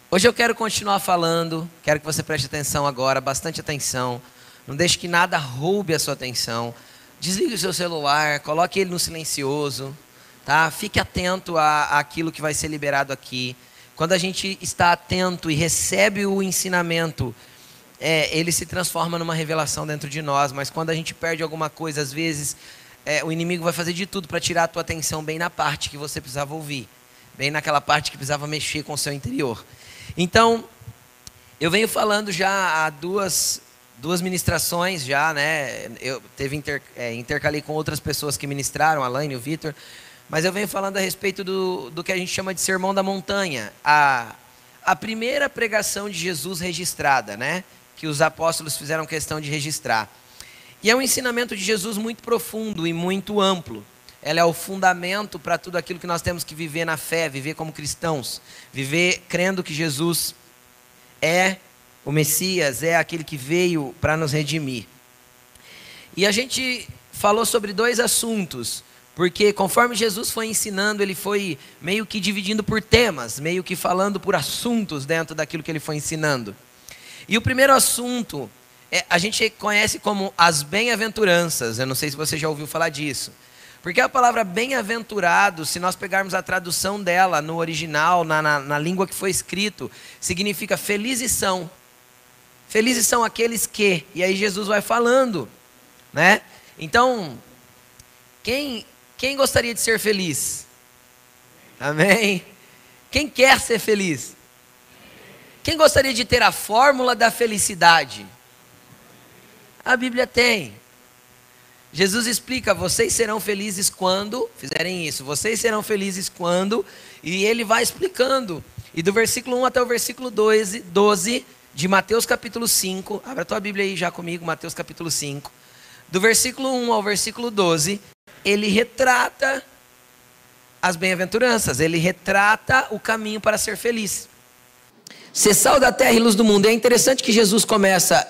Hoje eu quero continuar falando, quero que você preste atenção agora, bastante atenção. Não deixe que nada roube a sua atenção. Desligue o seu celular, coloque ele no silencioso, tá? Fique atento àquilo que vai ser liberado aqui. Quando a gente está atento e recebe o ensinamento, ele se transforma numa revelação dentro de nós. Mas quando a gente perde alguma coisa, às vezes, o inimigo vai fazer de tudo para tirar a tua atenção bem na parte que você precisava ouvir. Bem naquela parte que precisava mexer com o seu interior. Então, eu venho falando já há duas ministrações já, né? Eu intercalei com outras pessoas que ministraram, a Laine e o Vitor, mas eu venho falando a respeito do que a gente chama de Sermão da Montanha, a primeira pregação de Jesus registrada, né? Que os apóstolos fizeram questão de registrar. E é um ensinamento de Jesus muito profundo e muito amplo. Ela é o fundamento para tudo aquilo que nós temos que viver na fé, viver como cristãos, viver crendo que Jesus é o Messias, é aquele que veio para nos redimir. E a gente falou sobre dois assuntos, porque conforme Jesus foi ensinando, ele foi meio que dividindo por temas, meio que falando por assuntos dentro daquilo que ele foi ensinando. E o primeiro assunto, a gente conhece como as bem-aventuranças, eu não sei se você já ouviu falar disso. Porque a palavra bem-aventurado, se nós pegarmos a tradução dela no original, na língua que foi escrito, significa felizes são. Felizes são aqueles que, e aí Jesus vai falando, né? Então, quem gostaria de ser feliz? Amém? Quem quer ser feliz? Quem gostaria de ter a fórmula da felicidade? A Bíblia tem. Jesus explica, vocês serão felizes quando fizerem isso, vocês serão felizes quando, e ele vai explicando, e do versículo 1 até o versículo 12 de Mateus capítulo 5, abra a tua Bíblia aí já comigo, Mateus capítulo 5, do versículo 1 ao versículo 12, ele retrata as bem-aventuranças, ele retrata o caminho para ser feliz. Ser sal da terra e luz do mundo. É interessante que Jesus começa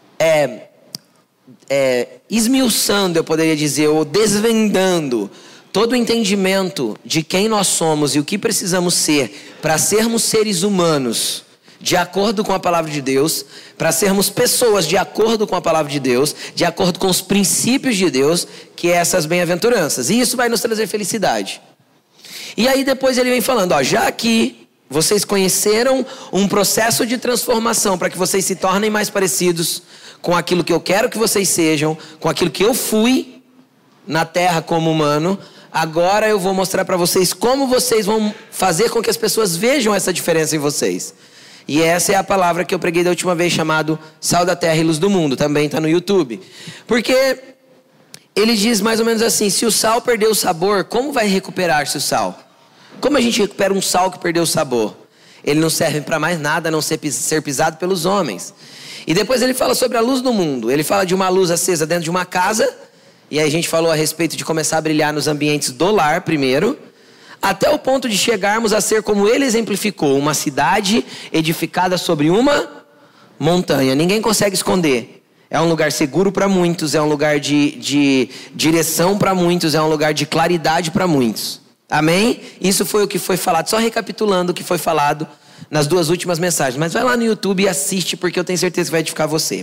esmiuçando, eu poderia dizer, ou desvendando todo o entendimento de quem nós somos e o que precisamos ser para sermos seres humanos de acordo com a palavra de Deus, para sermos pessoas de acordo com a palavra de Deus, de acordo com os princípios de Deus, que é essas bem-aventuranças. E isso vai nos trazer felicidade. E aí depois ele vem falando, já que vocês conheceram um processo de transformação para que vocês se tornem mais parecidos com aquilo que eu quero que vocês sejam, com aquilo que eu fui na terra como humano, agora eu vou mostrar para vocês como vocês vão fazer com que as pessoas vejam essa diferença em vocês. E essa é a palavra que eu preguei da última vez, chamado Sal da Terra e Luz do Mundo, também está no YouTube. Porque ele diz mais ou menos assim, se o sal perdeu o sabor, como vai recuperar-se o sal? Como a gente recupera um sal que perdeu o sabor? Ele não serve para mais nada, a não ser pisado pelos homens. E depois ele fala sobre a luz do mundo. Ele fala de uma luz acesa dentro de uma casa. E aí a gente falou a respeito de começar a brilhar nos ambientes do lar primeiro. Até o ponto de chegarmos a ser como ele exemplificou. Uma cidade edificada sobre uma montanha. Ninguém consegue esconder. É um lugar seguro para muitos. É um lugar de direção para muitos. É um lugar de claridade para muitos. Amém? Isso foi o que foi falado. Só recapitulando o que foi falado nas duas últimas mensagens. Mas vai lá no YouTube e assiste, porque eu tenho certeza que vai edificar você.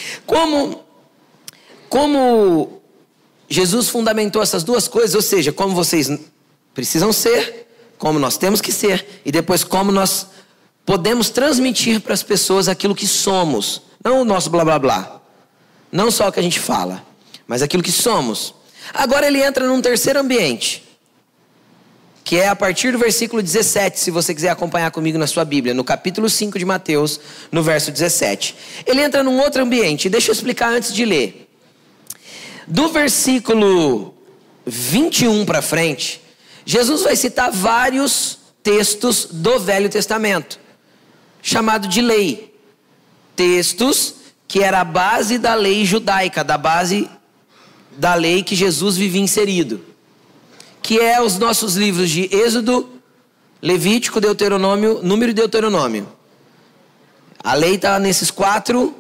Como Jesus fundamentou essas duas coisas, ou seja, como vocês precisam ser, como nós temos que ser, e depois como nós podemos transmitir para as pessoas aquilo que somos. Não o nosso blá blá blá. Não só o que a gente fala, mas aquilo que somos. Agora ele entra num terceiro ambiente, que é a partir do versículo 17, se você quiser acompanhar comigo na sua Bíblia, no capítulo 5 de Mateus, no verso 17. Ele entra num outro ambiente, deixa eu explicar antes de ler. Do versículo 21 para frente, Jesus vai citar vários textos do Velho Testamento, chamado de lei. Textos que era a base da lei judaica, da base da lei que Jesus vivia inserido. Que é os nossos livros de Êxodo, Levítico, Deuteronômio, Número e Deuteronômio. A lei está nesses quatro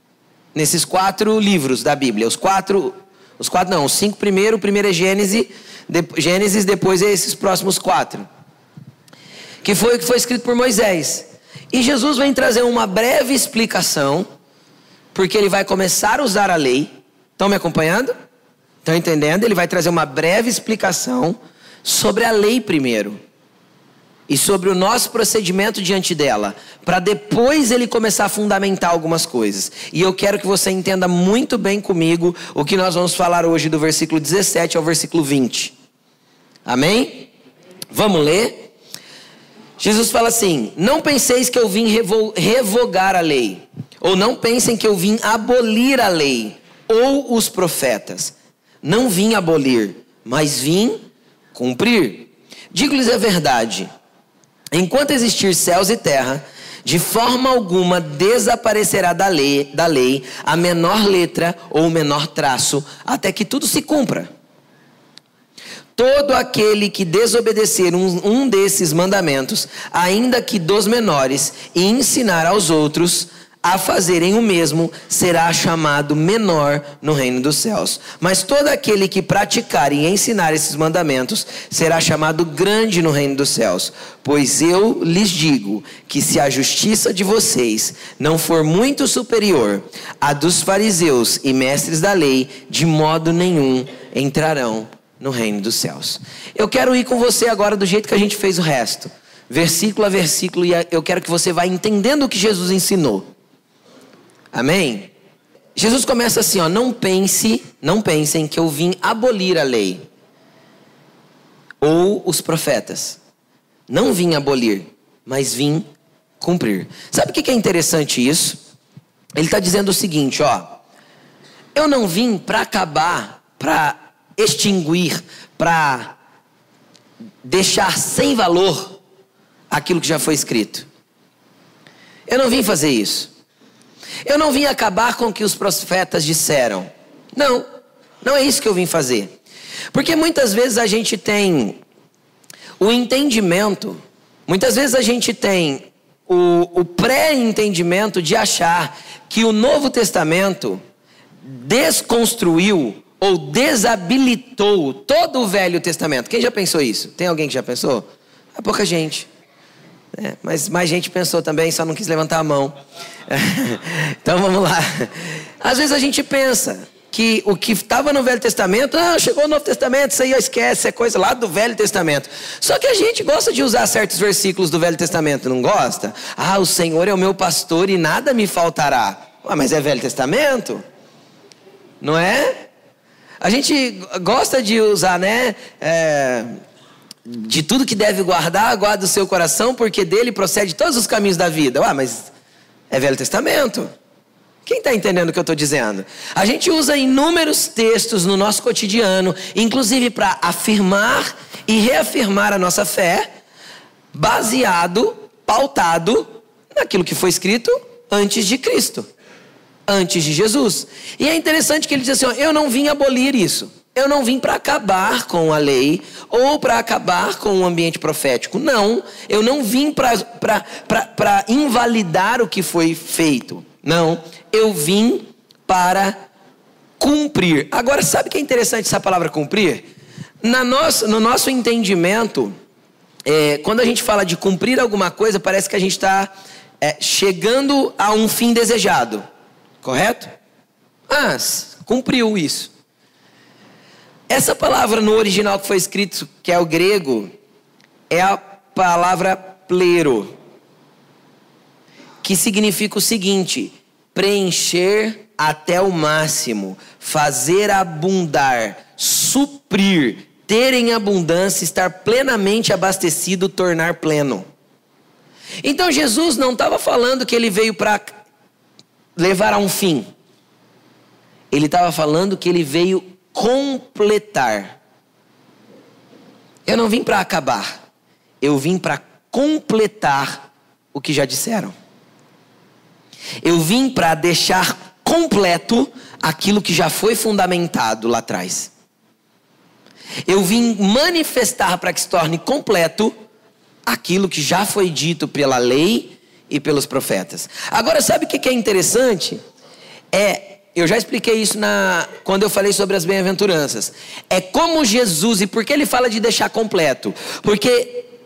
livros da Bíblia. Os cinco primeiro, o primeiro é Gênesis, depois é esses próximos 4. Que foi o que foi escrito por Moisés. E Jesus vem trazer uma breve explicação, porque ele vai começar a usar a lei. Estão me acompanhando? Estão entendendo? Ele vai trazer uma breve explicação sobre a lei primeiro. E sobre o nosso procedimento diante dela. Para depois ele começar a fundamentar algumas coisas. E eu quero que você entenda muito bem comigo o que nós vamos falar hoje do versículo 17 ao versículo 20. Amém? Vamos ler? Jesus fala assim: não penseis que eu vim revogar a lei. Ou não pensem que eu vim abolir a lei. Ou os profetas. Não vim abolir, mas vim cumprir. Digo-lhes a verdade. Enquanto existir céus e terra, de forma alguma desaparecerá da lei a menor letra ou o menor traço, até que tudo se cumpra. Todo aquele que desobedecer um desses mandamentos, ainda que dos menores, e ensinar aos outros a fazerem o mesmo, será chamado menor no reino dos céus. Mas todo aquele que praticar e ensinar esses mandamentos, será chamado grande no reino dos céus. Pois eu lhes digo que se a justiça de vocês não for muito superior à dos fariseus e mestres da lei, de modo nenhum entrarão no reino dos céus. Eu quero ir com você agora do jeito que a gente fez o resto, versículo a versículo, e eu quero que você vá entendendo o que Jesus ensinou. Amém? Jesus começa assim, ó: não pensem que eu vim abolir a lei ou os profetas. Não vim abolir, mas vim cumprir. Sabe o que é interessante isso? Ele está dizendo o seguinte, ó: eu não vim para acabar, para extinguir, para deixar sem valor aquilo que já foi escrito. Eu não vim fazer isso. Eu não vim acabar com o que os profetas disseram. Não é isso que eu vim fazer. Porque muitas vezes a gente tem o entendimento, muitas vezes a gente tem o pré-entendimento de achar que o Novo Testamento desconstruiu ou desabilitou todo o Velho Testamento. Quem já pensou isso? Tem alguém que já pensou? É pouca gente. Mas mais gente pensou também, só não quis levantar a mão. Então vamos lá. Às vezes a gente pensa que o que estava no Velho Testamento, chegou o Novo Testamento, isso aí esquece, é coisa lá do Velho Testamento. Só que a gente gosta de usar certos versículos do Velho Testamento, não gosta? O Senhor é o meu pastor e nada me faltará. Mas é Velho Testamento? Não é? A gente gosta de usar, de tudo que deve guardar, guarda o seu coração, porque dele procede todos os caminhos da vida. Mas é Velho Testamento. Quem está entendendo o que eu estou dizendo? A gente usa inúmeros textos no nosso cotidiano, inclusive para afirmar e reafirmar a nossa fé, pautado naquilo que foi escrito antes de Cristo, antes de Jesus. E é interessante que ele diz assim, eu não vim abolir isso. Eu não vim para acabar com a lei ou para acabar com o ambiente profético. Não, eu não vim para invalidar o que foi feito. Não, eu vim para cumprir. Agora, sabe o que é interessante essa palavra cumprir? No nosso entendimento, quando a gente fala de cumprir alguma coisa, parece que a gente está chegando a um fim desejado. Correto? Cumpriu isso. Essa palavra no original que foi escrito, que é o grego, é a palavra plero, que significa o seguinte: preencher até o máximo, fazer abundar, suprir, ter em abundância, estar plenamente abastecido, tornar pleno. Então Jesus não estava falando que ele veio para levar a um fim. Ele estava falando que ele veio completar. Eu não vim para acabar. Eu vim para completar o que já disseram. Eu vim para deixar completo aquilo que já foi fundamentado lá atrás. Eu vim manifestar para que se torne completo aquilo que já foi dito pela lei e pelos profetas. Agora, sabe o que é interessante? Eu já expliquei isso quando eu falei sobre as bem-aventuranças. É como Jesus, e por que ele fala de deixar completo? Porque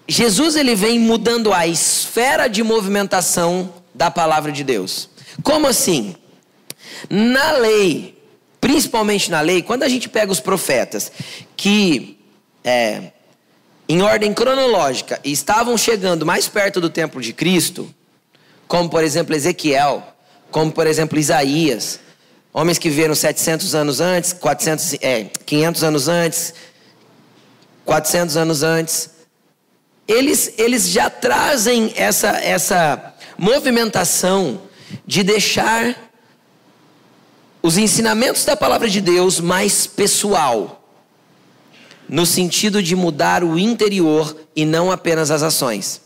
Jesus ele vem mudando a esfera de movimentação da palavra de Deus. Como assim? Na lei, principalmente na lei, quando a gente pega os profetas que em ordem cronológica estavam chegando mais perto do templo de Cristo, como por exemplo Ezequiel, como por exemplo Isaías, homens que viveram 700 anos antes, 500 anos antes, 400 anos antes, eles já trazem essa movimentação de deixar os ensinamentos da palavra de Deus mais pessoal, no sentido de mudar o interior e não apenas as ações.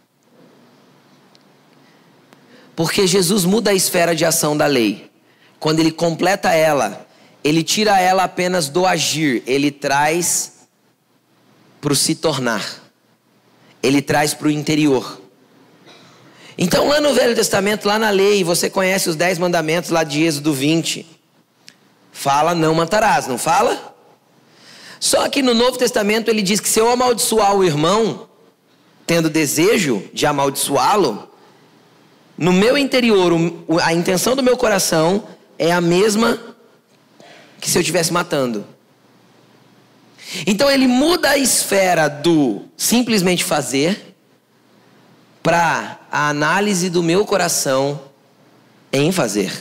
Porque Jesus muda a esfera de ação da lei. Quando ele completa ela, ele tira ela apenas do agir, ele traz para o se tornar. Ele traz para o interior. Então lá no Velho Testamento, lá na lei, você conhece os 10 mandamentos lá de Êxodo 20. Fala, não matarás, não fala? Só que no Novo Testamento ele diz que se eu amaldiçoar o irmão, tendo desejo de amaldiçoá-lo, no meu interior, a intenção do meu coração é a mesma que se eu estivesse matando. Então ele muda a esfera do simplesmente fazer para a análise do meu coração em fazer.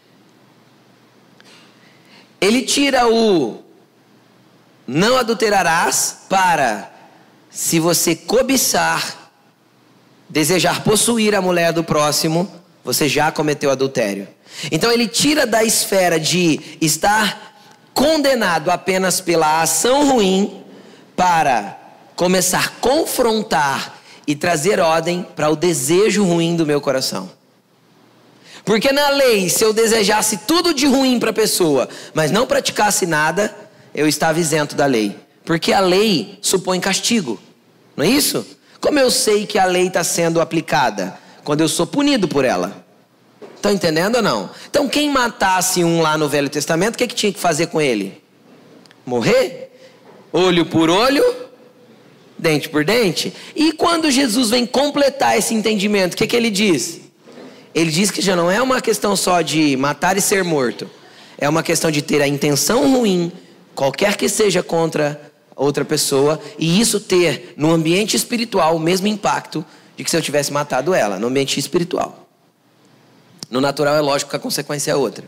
Ele tira o não adulterarás para, se você cobiçar, desejar possuir a mulher do próximo, você já cometeu adultério. Então ele tira da esfera de estar condenado apenas pela ação ruim para começar a confrontar e trazer ordem para o desejo ruim do meu coração. Porque na lei, se eu desejasse tudo de ruim para a pessoa, mas não praticasse nada, eu estava isento da lei. Porque a lei supõe castigo, não é isso? Como eu sei que a lei está sendo aplicada? Quando eu sou punido por ela. Estão entendendo ou não? Então quem matasse um lá no Velho Testamento, o que tinha que fazer com ele? Morrer? Olho por olho, dente por dente. E quando Jesus vem completar esse entendimento, o que ele diz? Ele diz que já não é uma questão só de matar e ser morto. É uma questão de ter a intenção ruim, qualquer que seja contra outra pessoa, e isso ter no ambiente espiritual o mesmo impacto de que se eu tivesse matado ela, no ambiente espiritual. No natural é lógico que a consequência é outra.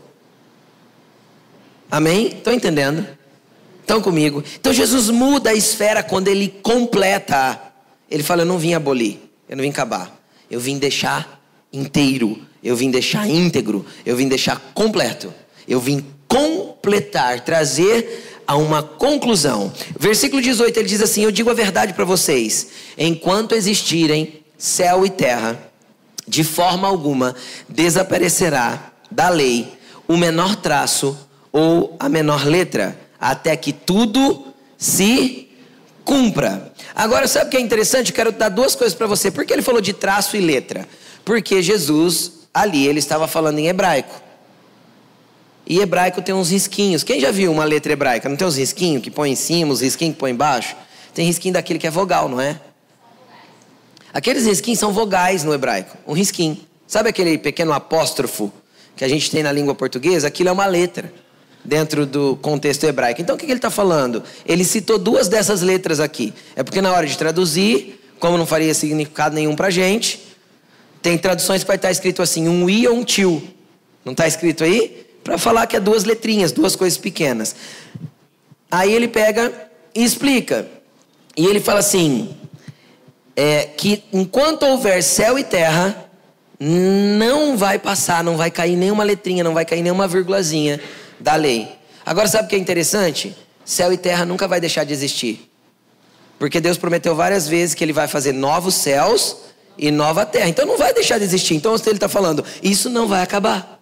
Amém? Estão entendendo? Estão comigo? Então Jesus muda a esfera quando ele completa. Ele fala, eu não vim abolir, eu não vim acabar, eu vim deixar inteiro, eu vim deixar íntegro, eu vim deixar completo, eu vim completar, trazer a uma conclusão. Versículo 18, ele diz assim, eu digo a verdade para vocês, enquanto existirem céu e terra, de forma alguma desaparecerá da lei o menor traço ou a menor letra, até que tudo se cumpra. Agora sabe o que é interessante? Eu quero dar duas coisas para você. Por que ele falou de traço e letra? Porque Jesus ali, ele estava falando em hebraico. E hebraico tem uns risquinhos. Quem já viu uma letra hebraica? Não tem uns risquinhos que põe em cima, os risquinhos que põe embaixo? Tem risquinho daquele que é vogal, não é? Aqueles risquinhos são vogais no hebraico. Um risquinho. Sabe aquele pequeno apóstrofo que a gente tem na língua portuguesa? Aquilo é uma letra dentro do contexto hebraico. Então o que ele está falando? Ele citou duas dessas letras aqui. É porque na hora de traduzir, como não faria significado nenhum para a gente, tem traduções que vai estar escrito assim, um i ou um tio. Não está escrito aí? Para falar que é duas letrinhas, duas coisas pequenas. Aí ele pega e explica. E ele fala assim, que enquanto houver céu e terra, não vai passar, não vai cair nenhuma letrinha, não vai cair nenhuma vírgulazinha da lei. Agora sabe o que é interessante? Céu e terra nunca vai deixar de existir. Porque Deus prometeu várias vezes que ele vai fazer novos céus e nova terra. Então não vai deixar de existir. Então ele está falando, isso não vai acabar.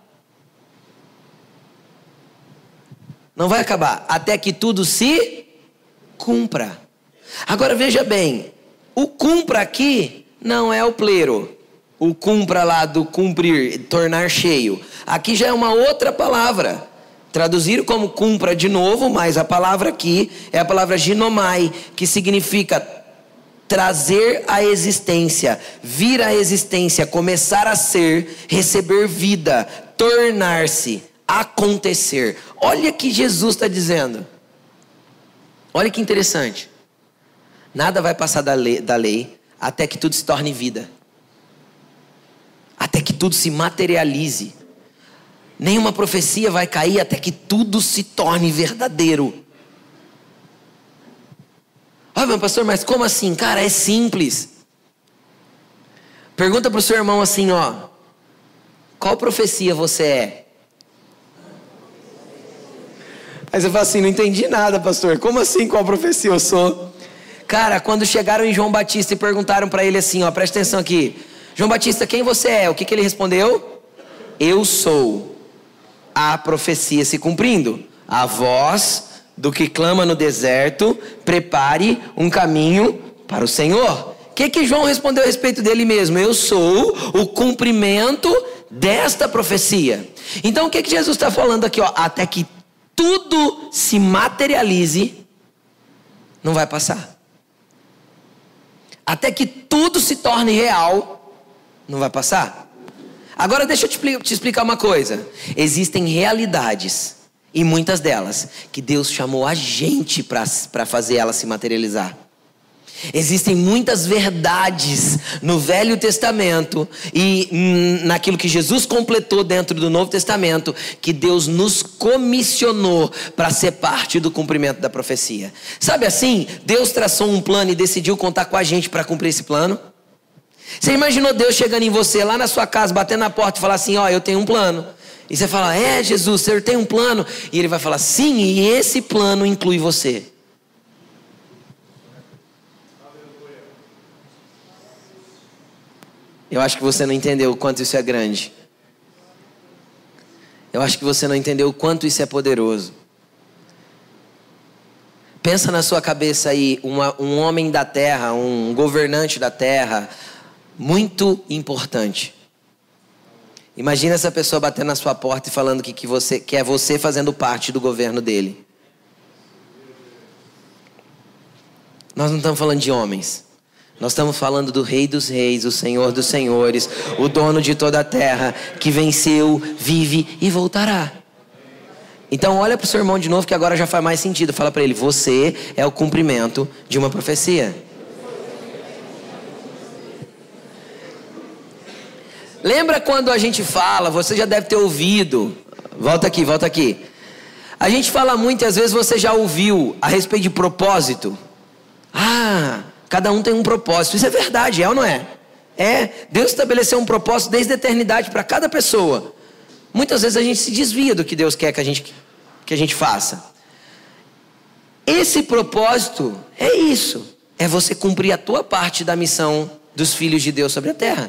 Não vai acabar, até que tudo se cumpra. Agora veja bem, o cumpra aqui não é o plero. O cumpra lá do cumprir, tornar cheio. Aqui já é uma outra palavra. Traduziram como cumpra de novo, mas a palavra aqui é a palavra ginomai, que significa trazer à existência, vir à existência, começar a ser, receber vida, tornar-se, acontecer. Olha o que Jesus está dizendo. Olha que interessante. Nada vai passar da lei até que tudo se torne vida. Até que tudo se materialize. Nenhuma profecia vai cair até que tudo se torne verdadeiro. Ah, meu pastor, mas como assim? Cara, é simples. Pergunta para o seu irmão assim, ó. Qual profecia você é? Aí você fala assim, não entendi nada, pastor. Como assim, qual profecia eu sou? Cara, quando chegaram em João Batista e perguntaram para ele assim, ó, presta atenção aqui. João Batista, quem você é? O que ele respondeu? Eu sou a profecia se cumprindo. A voz do que clama no deserto, prepare um caminho para o Senhor. O que João respondeu a respeito dele mesmo? Eu sou o cumprimento desta profecia. Então o que Jesus está falando aqui? Ó, até que tudo se materialize, não vai passar. Até que tudo se torne real, não vai passar. Agora deixa eu te explicar uma coisa. Existem realidades, e muitas delas, que Deus chamou a gente para fazer elas se materializar. Existem muitas verdades no Velho Testamento e naquilo que Jesus completou dentro do Novo Testamento, que Deus nos comissionou para ser parte do cumprimento da profecia. Sabe assim, Deus traçou um plano e decidiu contar com a gente para cumprir esse plano. Você imaginou Deus chegando em você lá na sua casa, batendo na porta e falar assim, ó, eu tenho um plano. E você fala, Jesus, você tem um plano? E Ele vai falar, sim, e esse plano inclui você. Eu acho que você não entendeu o quanto isso é grande. Eu acho que você não entendeu o quanto isso é poderoso. Pensa na sua cabeça aí, um homem da terra, um governante da terra, muito importante. Imagina essa pessoa batendo na sua porta e falando que é você fazendo parte do governo dele. Nós não estamos falando de homens. Nós estamos falando do Rei dos Reis, o Senhor dos Senhores, o dono de toda a terra, que venceu, vive e voltará. Então olha para o seu irmão de novo, que agora já faz mais sentido. Fala para ele, você é o cumprimento de uma profecia. Lembra quando a gente fala, você já deve ter ouvido, volta aqui. A gente fala muito e às vezes você já ouviu a respeito de propósito. Cada um tem um propósito. Isso é verdade, é ou não é? Deus estabeleceu um propósito desde a eternidade para cada pessoa. Muitas vezes a gente se desvia do que Deus quer que a gente faça. Esse propósito é isso. É você cumprir a tua parte da missão dos filhos de Deus sobre a terra.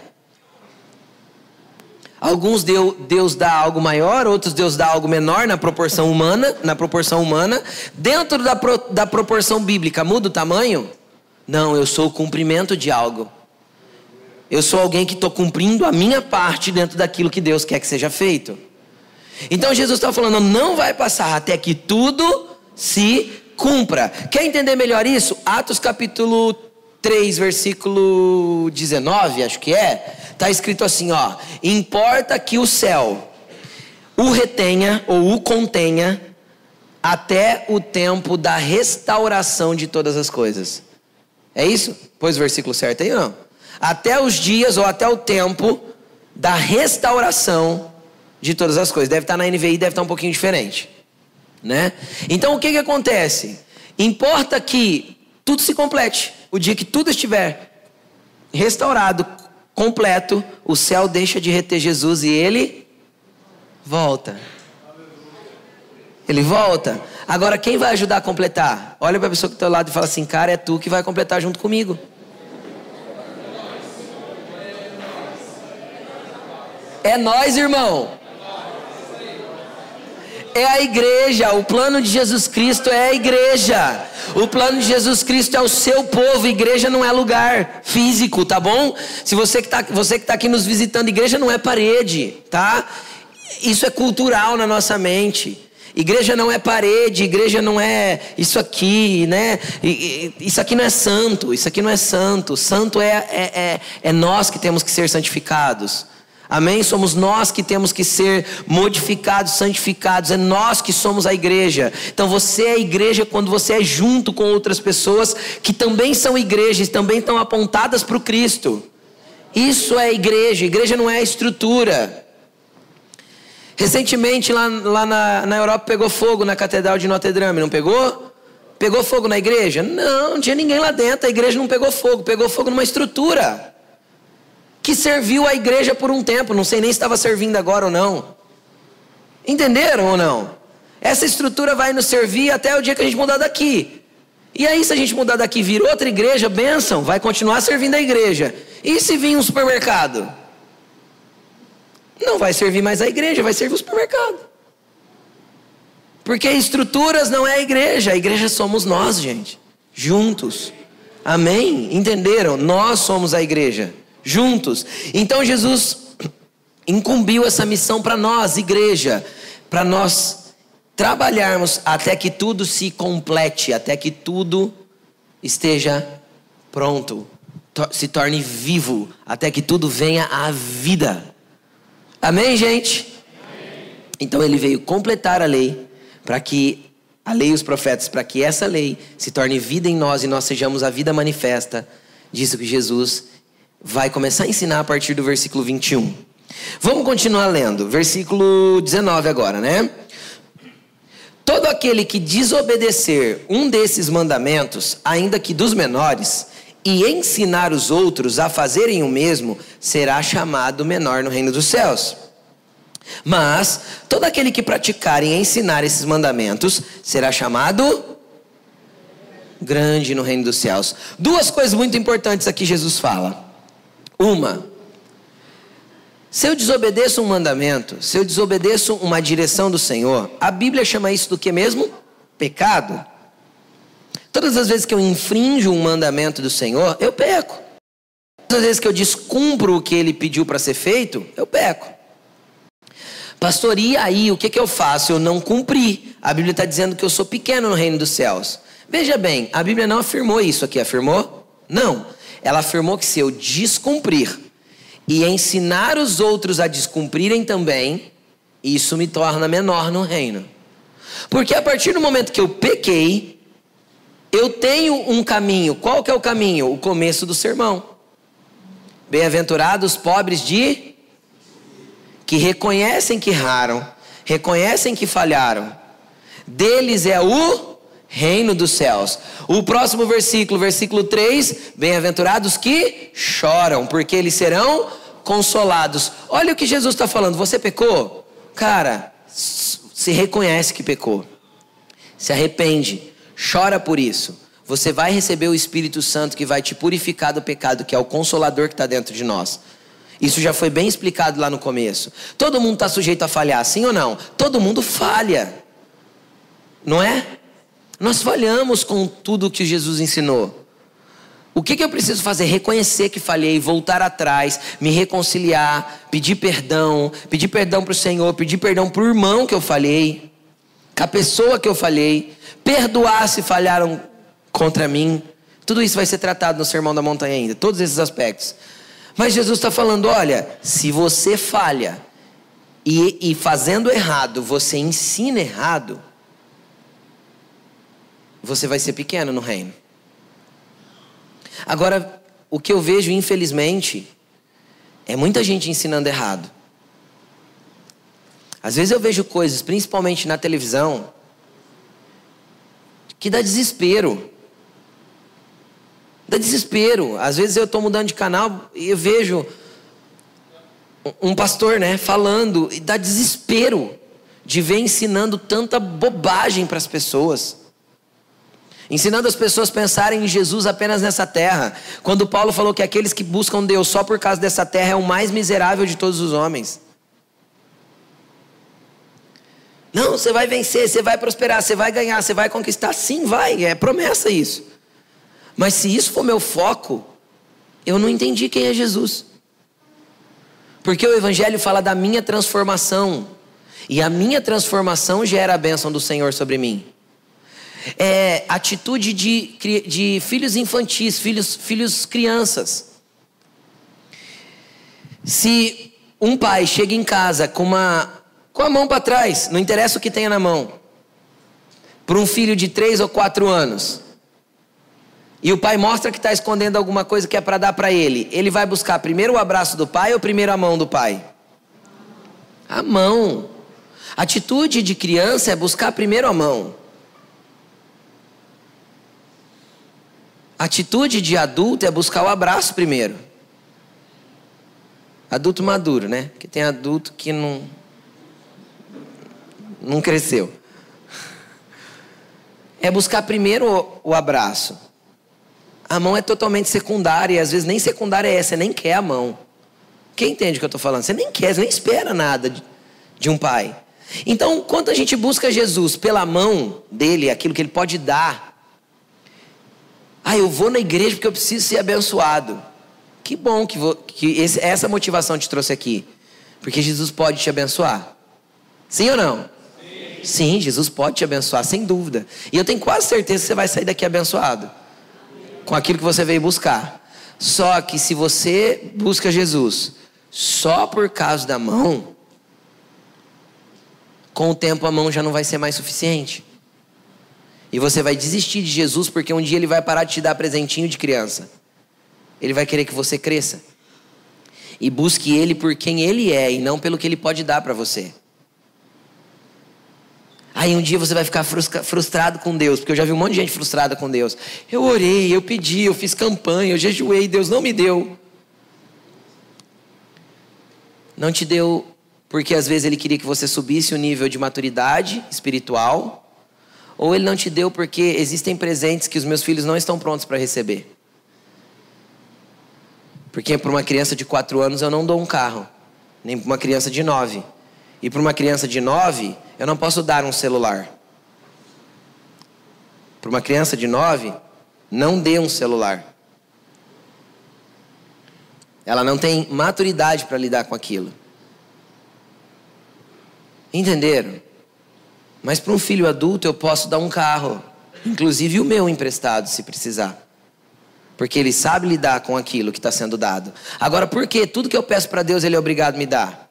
Alguns Deus dá algo maior, outros Deus dá algo menor na proporção humana. Dentro da proporção bíblica, muda o tamanho? Não, eu sou o cumprimento de algo. Eu sou alguém que estou cumprindo a minha parte dentro daquilo que Deus quer que seja feito. Então Jesus está falando, não vai passar até que tudo se cumpra. Quer entender melhor isso? Atos capítulo 3, versículo 19, acho que é. Está escrito assim, ó. Importa que o céu o retenha ou o contenha até o tempo da restauração de todas as coisas. É isso? Pôs o versículo certo aí ou não? Até os dias ou até o tempo da restauração de todas as coisas. Deve estar na NVI, deve estar um pouquinho diferente, né? Então o que acontece? Importa que tudo se complete. O dia que tudo estiver restaurado, completo, o céu deixa de reter Jesus e ele volta. Ele volta. Agora quem vai ajudar a completar? Olha para a pessoa que está ao lado e fala assim, cara, é tu que vai completar junto comigo. É nós, irmão. É a igreja. O plano de Jesus Cristo é a igreja. O plano de Jesus Cristo é o seu povo. Igreja não é lugar físico, tá bom? Se você que tá aqui nos visitando, igreja não é parede, tá? Isso é cultural na nossa mente. Igreja não é parede, igreja não é isso aqui, né? Isso aqui não é santo, isso aqui não é santo. Santo é nós que temos que ser santificados. Amém? Somos nós que temos que ser modificados, santificados. É nós que somos a igreja. Então você é a igreja quando você é junto com outras pessoas que também são igrejas, também estão apontadas para o Cristo. Isso é igreja. Igreja não é estrutura. Recentemente lá na Europa pegou fogo na Catedral de Notre Dame, não pegou? Pegou fogo na igreja? Não tinha ninguém lá dentro, a igreja não pegou fogo numa estrutura que serviu a igreja por um tempo, não sei nem se estava servindo agora ou não. Entenderam ou não? Essa estrutura vai nos servir até o dia que a gente mudar daqui. E aí se a gente mudar daqui, vir outra igreja, bênção, vai continuar servindo a igreja. E se vir um supermercado? Não vai servir mais a igreja, vai servir o supermercado. Porque estruturas não é a igreja somos nós, gente, juntos. Amém? Entenderam? Nós somos a igreja, juntos. Então Jesus incumbiu essa missão para nós, igreja, para nós trabalharmos até que tudo se complete, até que tudo esteja pronto, se torne vivo, até que tudo venha à vida. Amém, gente? Amém. Então ele veio completar a lei, para que a lei e os profetas, para que essa lei se torne vida em nós e nós sejamos a vida manifesta disso que Jesus vai começar a ensinar a partir do versículo 21. Vamos continuar lendo, versículo 19 agora, né? Todo aquele que desobedecer um desses mandamentos, ainda que dos menores, e ensinar os outros a fazerem o mesmo, será chamado menor no reino dos céus. Mas todo aquele que praticar e ensinar esses mandamentos será chamado grande no reino dos céus. Duas coisas muito importantes aqui Jesus fala. Uma, se eu desobedeço um mandamento, se eu desobedeço uma direção do Senhor, a Bíblia chama isso do que mesmo? Pecado. Todas as vezes que eu infrinjo um mandamento do Senhor, eu peco. Todas as vezes que eu descumpro o que Ele pediu para ser feito, eu peco. Pastor, e aí, o que eu faço? Eu não cumpri. A Bíblia está dizendo que eu sou pequeno no reino dos céus. Veja bem, a Bíblia não afirmou isso aqui, afirmou? Não. Ela afirmou que se eu descumprir e ensinar os outros a descumprirem também, isso me torna menor no reino. Porque a partir do momento que eu pequei, eu tenho um caminho. Qual que é o caminho? O começo do sermão. Bem-aventurados os pobres que reconhecem que erraram, reconhecem que falharam. Deles é o reino dos céus. O próximo versículo, versículo 3, bem-aventurados que choram, porque eles serão consolados. Olha o que Jesus está falando. Você pecou? Cara, se reconhece que pecou, se arrepende, chora por isso. Você vai receber o Espírito Santo que vai te purificar do pecado, que é o Consolador que está dentro de nós. Isso já foi bem explicado lá no começo. Todo mundo está sujeito a falhar, sim ou não? Todo mundo falha, não é? Nós falhamos com tudo que Jesus ensinou. O que eu preciso fazer? Reconhecer que falhei, voltar atrás, me reconciliar, pedir perdão para o Senhor, pedir perdão para o irmão que eu falhei, com a pessoa que eu falhei, perdoar se falharam contra mim. Tudo isso vai ser tratado no Sermão da Montanha ainda, todos esses aspectos. Mas Jesus está falando, olha, se você falha e fazendo errado, você ensina errado, você vai ser pequeno no reino. Agora, o que eu vejo, infelizmente, é muita gente ensinando errado. Às vezes eu vejo coisas, principalmente na televisão, que dá desespero. Dá desespero. Às vezes eu estou mudando de canal e eu vejo um pastor, né, falando, e dá desespero de ver ensinando tanta bobagem para as pessoas. Ensinando as pessoas a pensarem em Jesus apenas nessa terra. Quando Paulo falou que aqueles que buscam Deus só por causa dessa terra é o mais miserável de todos os homens. Não, você vai vencer, você vai prosperar, você vai ganhar, você vai conquistar. Sim, vai, é promessa isso. Mas se isso for meu foco, eu não entendi quem é Jesus. Porque o Evangelho fala da minha transformação. E a minha transformação gera a bênção do Senhor sobre mim. É atitude de filhos infantis, filhos crianças. Se um pai chega em casa com a mão para trás, não interessa o que tenha na mão, para um filho de 3 ou 4 anos, e o pai mostra que está escondendo alguma coisa que é para dar para ele, ele vai buscar primeiro o abraço do pai ou primeiro a mão do pai? A mão. Atitude de criança é buscar primeiro a mão. Atitude de adulto é buscar o abraço primeiro. Adulto maduro, né? Porque tem adulto que não cresceu. É buscar primeiro o abraço. A mão é totalmente secundária, e às vezes nem secundária é essa, você nem quer a mão. Quem entende o que eu estou falando? Você nem quer, você nem espera nada de um pai. Então, quando a gente busca Jesus pela mão dele, aquilo que ele pode dar, eu vou na igreja porque eu preciso ser abençoado. Que bom que essa motivação te trouxe aqui. Porque Jesus pode te abençoar. Sim ou não? Sim, Jesus pode te abençoar, sem dúvida. E eu tenho quase certeza que você vai sair daqui abençoado com aquilo que você veio buscar. Só que se você busca Jesus só por causa da mão, com o tempo a mão já não vai ser mais suficiente. E você vai desistir de Jesus porque um dia ele vai parar de te dar presentinho de criança. Ele vai querer que você cresça. E busque ele por quem ele é e não pelo que ele pode dar para você. Aí um dia você vai ficar frustrado com Deus, porque eu já vi um monte de gente frustrada com Deus. Eu orei, eu pedi, eu fiz campanha, eu jejuei, Deus não me deu. Não te deu porque às vezes ele queria que você subisse o nível de maturidade espiritual, ou ele não te deu porque existem presentes que os meus filhos não estão prontos para receber. Porque para uma criança de 4 anos eu não dou um carro, nem para uma criança de 9. E para uma criança de 9, eu não posso dar um celular. Para uma criança de 9, não dê um celular. Ela não tem maturidade para lidar com aquilo. Entenderam? Mas para um filho adulto eu posso dar um carro, inclusive o meu emprestado, se precisar. Porque ele sabe lidar com aquilo que está sendo dado. Agora, por que tudo que eu peço para Deus ele é obrigado a me dar?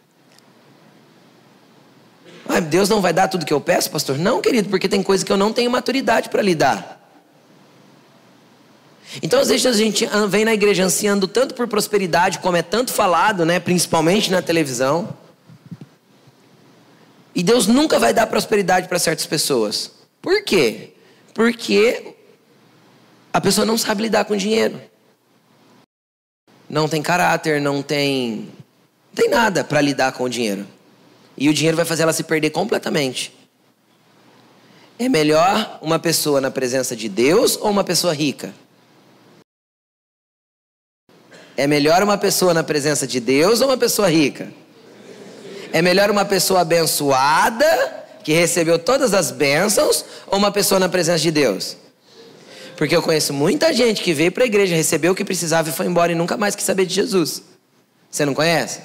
Deus não vai dar tudo que eu peço, pastor? Não, querido, porque tem coisa que eu não tenho maturidade para lidar. Então às vezes a gente vem na igreja ansiando tanto por prosperidade, como é tanto falado, né, principalmente na televisão. E Deus nunca vai dar prosperidade para certas pessoas. Por quê? Porque a pessoa não sabe lidar com dinheiro. Não tem caráter, não tem nada para lidar com o dinheiro. E o dinheiro vai fazer ela se perder completamente. É melhor uma pessoa na presença de Deus ou uma pessoa rica? É melhor uma pessoa na presença de Deus ou uma pessoa rica? É melhor uma pessoa abençoada, que recebeu todas as bênçãos, ou uma pessoa na presença de Deus? Porque eu conheço muita gente que veio para a igreja, recebeu o que precisava e foi embora e nunca mais quis saber de Jesus. Você não conhece?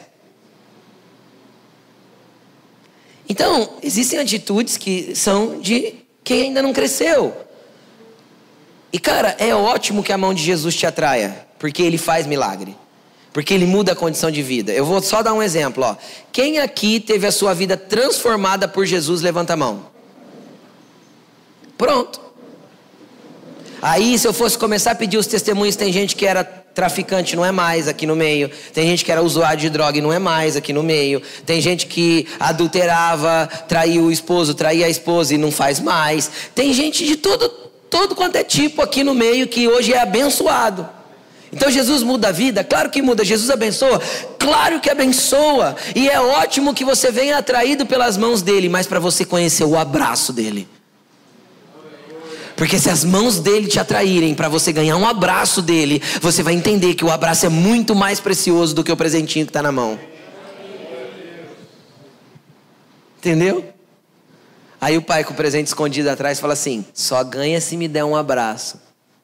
Então, existem atitudes que são de quem ainda não cresceu. E cara, é ótimo que a mão de Jesus te atraia, porque ele faz milagre. Porque ele muda a condição de vida. Eu vou só dar um exemplo, ó. Quem aqui teve a sua vida transformada por Jesus, levanta a mão. Pronto. Aí se eu fosse começar a pedir os testemunhos, tem gente que era traficante, não é mais aqui no meio. Tem gente que era usuário de droga e não é mais aqui no meio. Tem gente que adulterava, traía o esposo, traía a esposa e não faz mais. Tem gente de todo quanto é tipo aqui no meio que hoje é abençoado. Então Jesus muda a vida? Claro que muda. Jesus abençoa? Claro que abençoa. E é ótimo que você venha atraído pelas mãos dele, mas para você conhecer o abraço dele. Porque se as mãos dele te atraírem para você ganhar um abraço dele, você vai entender que o abraço é muito mais precioso do que o presentinho que está na mão. Entendeu? Aí o pai com o presente escondido atrás fala assim: só ganha se me der um abraço.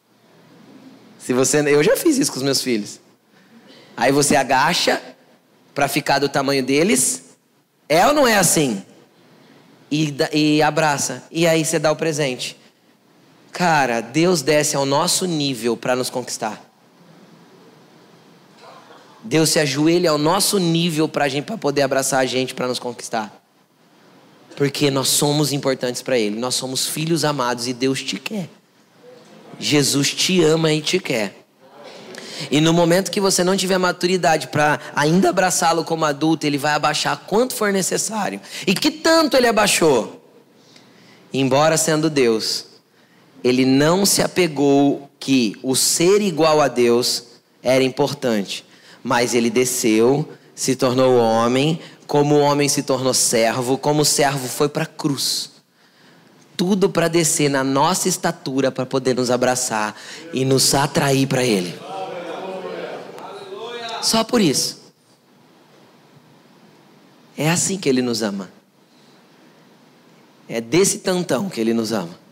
Eu já fiz isso com os meus filhos. Aí você agacha para ficar do tamanho deles. É ou não é assim? E abraça. E aí você dá o presente. Cara, Deus desce ao nosso nível para nos conquistar. Deus se ajoelha ao nosso nível para poder abraçar a gente, para nos conquistar. Porque nós somos importantes para Ele. Nós somos filhos amados e Deus te quer. Jesus te ama e te quer. E no momento que você não tiver maturidade para ainda abraçá-lo como adulto, Ele vai abaixar quanto for necessário. E que tanto Ele abaixou? Embora sendo Deus, Ele não se apegou que o ser igual a Deus era importante. Mas Ele desceu, se tornou homem, como o homem se tornou servo, como o servo foi para a cruz. Tudo para descer na nossa estatura, para poder nos abraçar e nos atrair para Ele. Só por isso. É assim que Ele nos ama. É desse tantão que Ele nos ama.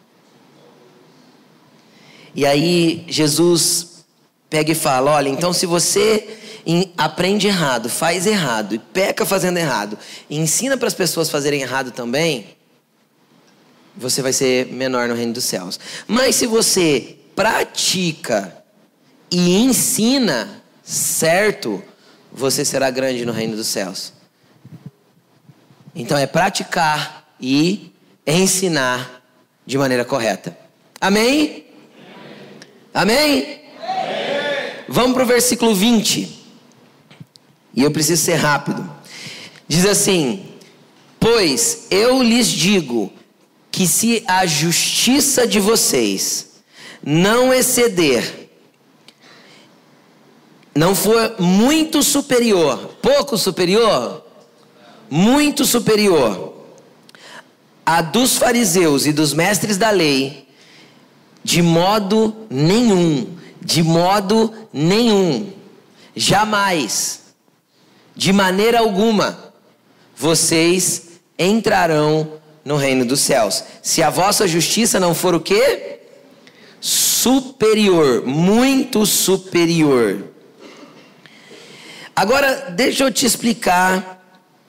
E aí Jesus pega e fala: olha, então se você aprende errado, faz errado e peca fazendo errado, e ensina para as pessoas fazerem errado também, você vai ser menor no reino dos céus. Mas se você pratica e ensina certo, você será grande no reino dos céus. Então é praticar e ensinar de maneira correta. Amém? Amém? Vamos para o versículo 20. E eu preciso ser rápido. Diz assim: pois eu lhes digo que se a justiça de vocês não exceder, não for muito superior, pouco superior, muito superior a dos fariseus e dos mestres da lei, de modo nenhum, jamais, de maneira alguma, vocês entrarão no reino dos céus. Se a vossa justiça não for o quê? Superior, muito superior. Agora, deixa eu te explicar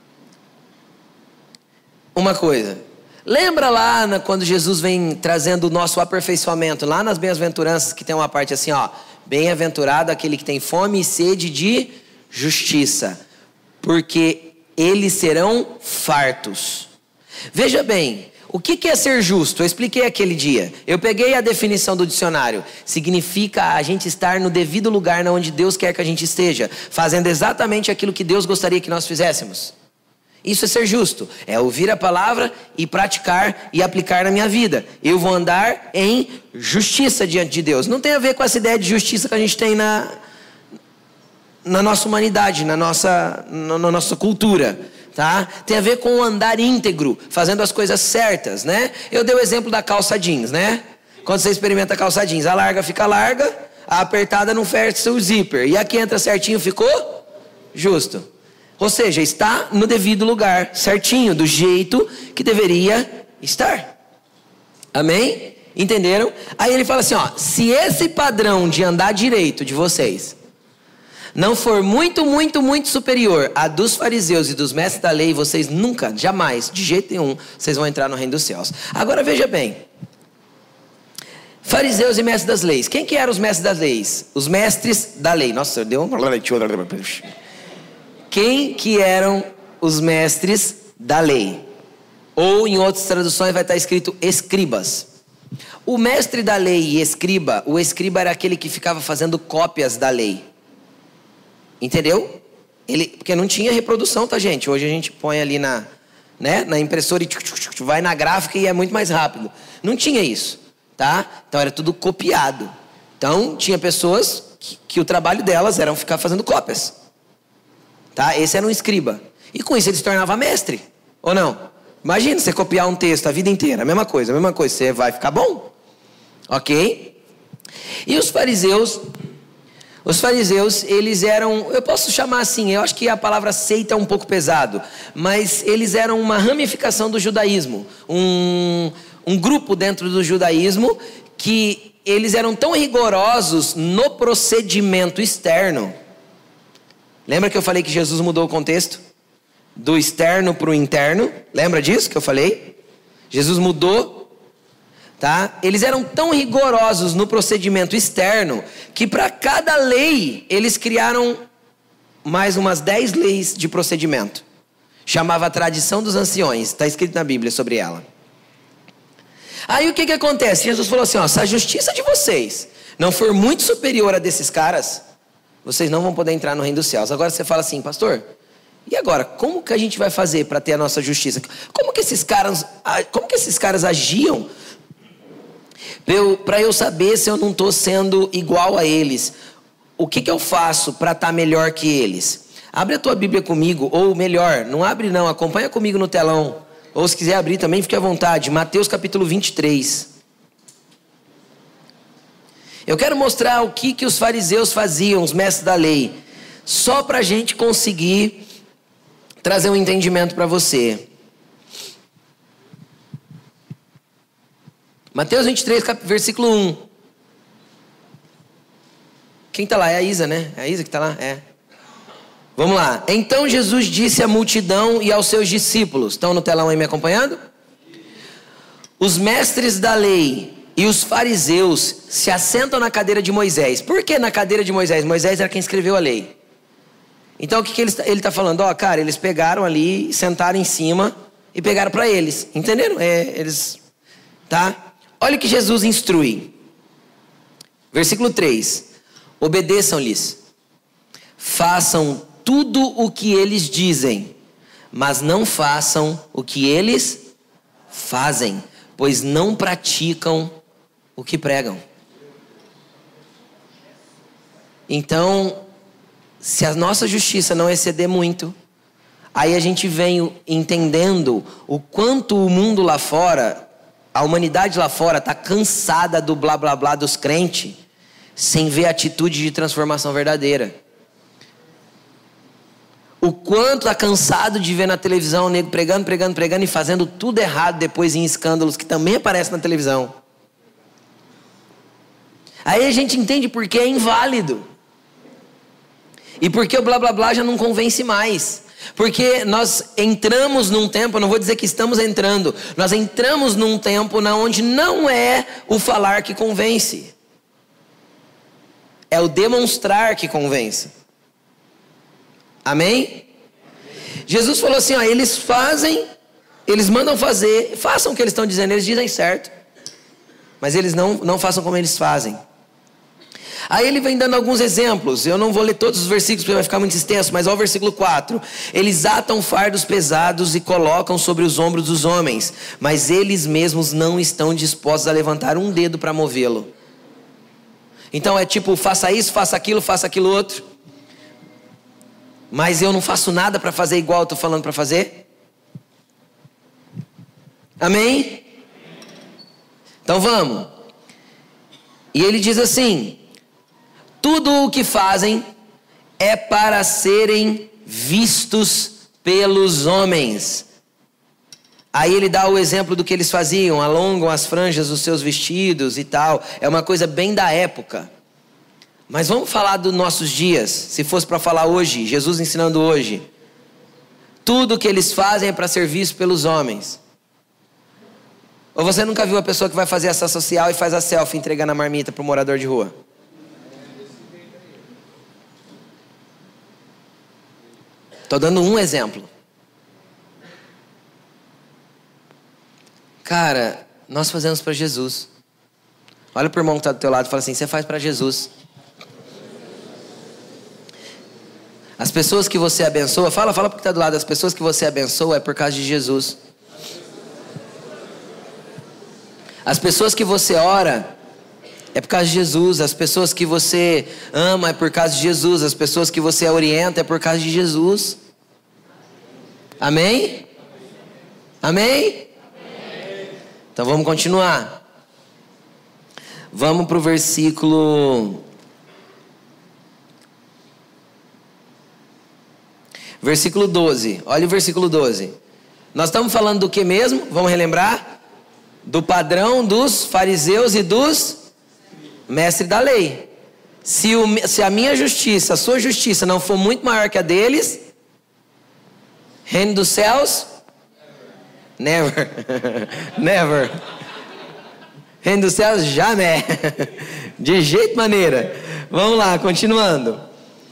uma coisa. Lembra lá quando Jesus vem trazendo o nosso aperfeiçoamento, lá nas bem-aventuranças, que tem uma parte assim, ó: bem-aventurado aquele que tem fome e sede de justiça, porque eles serão fartos. Veja bem, o que é ser justo? Eu expliquei aquele dia. Eu peguei a definição do dicionário. Significa a gente estar no devido lugar onde Deus quer que a gente esteja, fazendo exatamente aquilo que Deus gostaria que nós fizéssemos. Isso é ser justo. É ouvir a palavra e praticar e aplicar na minha vida. Eu vou andar em justiça diante de Deus. Não tem a ver com essa ideia de justiça que a gente tem na nossa humanidade, na nossa cultura. Tá? Tem a ver com o andar íntegro, fazendo as coisas certas, né? Eu dei o exemplo da calça jeans, né? Quando você experimenta a calça jeans, a larga fica larga, a apertada não fecha o zíper, e aqui entra certinho, ficou justo. Ou seja, está no devido lugar, certinho, do jeito que deveria estar. Amém? Entenderam? Aí ele fala assim, ó: se esse padrão de andar direito de vocês não for muito superior a dos fariseus e dos mestres da lei, vocês nunca, jamais, de jeito nenhum, vocês vão entrar no reino dos céus. Agora veja bem, fariseus e mestres das leis. Quem que eram os mestres das leis? Os mestres da lei. Nossa, deu um... Quem que eram os mestres da lei? Ou em outras traduções vai estar escrito escribas. O mestre da lei e escriba, o escriba era aquele que ficava fazendo cópias da lei. Entendeu? Porque não tinha reprodução, tá, gente? Hoje a gente põe ali na impressora e vai na gráfica e é muito mais rápido. Não tinha isso, tá? Então era tudo copiado. Então tinha pessoas que o trabalho delas era ficar fazendo cópias, tá? Esse era um escriba. E com isso ele se tornava mestre, ou não? Imagina você copiar um texto a vida inteira, a mesma coisa, você vai ficar bom, ok? E os fariseus, eles eram, eu posso chamar assim, eu acho que a palavra seita é um pouco pesado, mas eles eram uma ramificação do judaísmo, um grupo dentro do judaísmo, que eles eram tão rigorosos no procedimento externo. Lembra que eu falei que Jesus mudou o contexto? do externo para o interno. Lembra disso que eu falei? Jesus mudou, tá? Eles eram tão rigorosos no procedimento externo que para cada lei eles criaram mais umas 10 leis de procedimento. Chamava a tradição dos anciões. Está escrito na Bíblia sobre ela. Aí o que acontece? Jesus falou assim, ó, se a justiça de vocês não for muito superior a desses caras, vocês não vão poder entrar no reino dos céus. Agora você fala assim, pastor, e agora? Como que a gente vai fazer para ter a nossa justiça? Como que esses caras agiam para eu saber se eu não estou sendo igual a eles? O que eu faço para estar melhor que eles? Abre a tua Bíblia comigo, ou melhor, não abre não, acompanha comigo no telão. Ou se quiser abrir também, fique à vontade. Mateus capítulo 23. Eu quero mostrar o que os fariseus faziam, os mestres da lei. Só para a gente conseguir trazer um entendimento para você. Mateus 23, versículo 1. Quem está lá? É a Isa, né? É a Isa que está lá? É. Vamos lá. Então Jesus disse à multidão e aos seus discípulos. Estão no telão aí me acompanhando? Os mestres da lei e os fariseus se assentam na cadeira de Moisés. Por que na cadeira de Moisés? Moisés era quem escreveu a lei. Então o que ele está falando? Ó, cara, eles pegaram ali, sentaram em cima e pegaram para eles. Entenderam? Tá? Olha o que Jesus instrui. Versículo 3. Obedeçam-lhes. Façam tudo o que eles dizem, mas não façam o que eles fazem, pois não praticam o que pregam. Então, se a nossa justiça não exceder muito, aí a gente vem entendendo o quanto o mundo lá fora, a humanidade lá fora está cansada do blá blá blá dos crentes, sem ver atitude de transformação verdadeira. O quanto está cansado de ver na televisão o nego pregando e fazendo tudo errado depois em escândalos que também aparecem na televisão. Aí a gente entende porque é inválido. E porque o blá blá blá já não convence mais. Porque nós entramos num tempo, eu não vou dizer que estamos entrando, nós entramos num tempo onde não é o falar que convence. É o demonstrar que convence. Amém? Jesus falou assim, ó, eles mandam fazer, façam o que eles estão dizendo, eles dizem certo, mas eles não façam como eles fazem. Aí ele vem dando alguns exemplos, eu não vou ler todos os versículos porque vai ficar muito extenso, mas olha o versículo 4, eles atam fardos pesados e colocam sobre os ombros dos homens, mas eles mesmos não estão dispostos a levantar um dedo para movê-lo. Então é tipo, faça isso, faça aquilo outro. Mas eu não faço nada para fazer igual eu estou falando para fazer? Amém? Então vamos. E ele diz assim, tudo o que fazem é para serem vistos pelos homens. Aí ele dá o exemplo do que eles faziam, alongam as franjas dos seus vestidos e tal. É uma coisa bem da época. Mas vamos falar dos nossos dias, se fosse para falar hoje, Jesus ensinando hoje. Tudo que eles fazem é para ser visto pelos homens. Ou você nunca viu a pessoa que vai fazer ação social e faz a selfie entregando a marmita para o morador de rua? Estou dando um exemplo. Cara, nós fazemos para Jesus. Olha para o irmão que está do teu lado e fala assim, você faz para Jesus. As pessoas que você abençoa, fala porque está do lado, as pessoas que você abençoa é por causa de Jesus. As pessoas que você ora é por causa de Jesus. As pessoas que você ama é por causa de Jesus. As pessoas que você orienta é por causa de Jesus. Amém? Amém? Então vamos continuar. Vamos para o versículo 12. Olha o versículo 12. Nós estamos falando do que mesmo? Vamos relembrar? Do padrão dos fariseus e dos mestres da lei. Se a minha justiça, a sua justiça não for muito maior que a deles, Reino dos céus? Never. Never. Reino dos céus? Jamais. De jeito maneira. Vamos lá, continuando.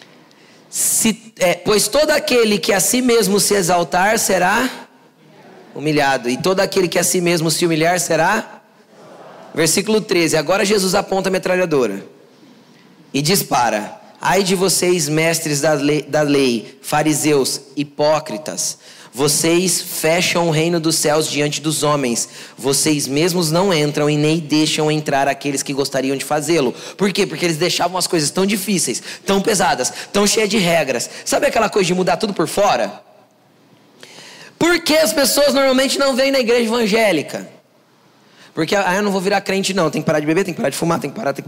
Pois todo aquele que a si mesmo se exaltar será humilhado. E todo aquele que a si mesmo se humilhar será... Versículo 13. Agora Jesus aponta a metralhadora e dispara. Ai de vocês, mestres da lei, fariseus, hipócritas. Vocês fecham o reino dos céus diante dos homens. Vocês mesmos não entram e nem deixam entrar aqueles que gostariam de fazê-lo. Por quê? Porque eles deixavam as coisas tão difíceis, tão pesadas, tão cheias de regras. Sabe aquela coisa de mudar tudo por fora? Por que as pessoas normalmente não vêm na igreja evangélica? Porque, eu não vou virar crente não, tem que parar de beber, tem que parar de fumar, tem que parar.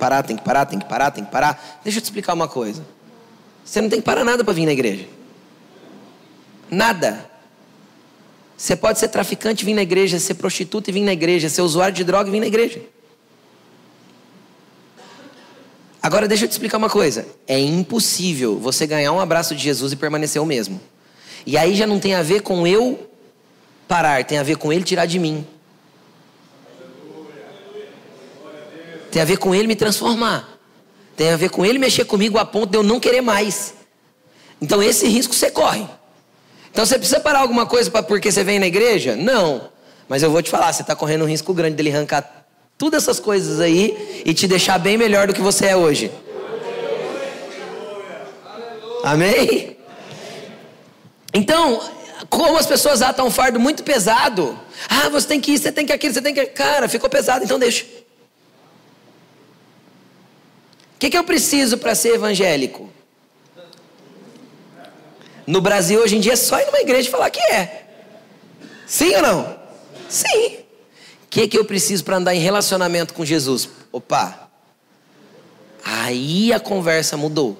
Deixa eu te explicar uma coisa. Você não tem que parar nada para vir na igreja. Nada. Você pode ser traficante e vir na igreja, ser prostituta e vir na igreja, ser usuário de droga e vir na igreja. Agora deixa eu te explicar uma coisa. É impossível você ganhar um abraço de Jesus e permanecer o mesmo. E aí já não tem a ver com eu parar, tem a ver com ele tirar de mim. Tem a ver com ele me transformar. Tem a ver com ele mexer comigo a ponto de eu não querer mais. Então esse risco você corre. Então você precisa parar alguma coisa porque você vem na igreja? Não. Mas eu vou te falar, você está correndo um risco grande dele arrancar todas essas coisas aí e te deixar bem melhor do que você é hoje. Amém? Então, como as pessoas atam um fardo muito pesado. Você tem que ir, você tem que aquilo, você tem que... Cara, ficou pesado, então deixa. O que eu preciso para ser evangélico? No Brasil hoje em dia é só ir numa igreja e falar que é. Sim ou não? Sim. O que eu preciso para andar em relacionamento com Jesus? Opa. Aí a conversa mudou.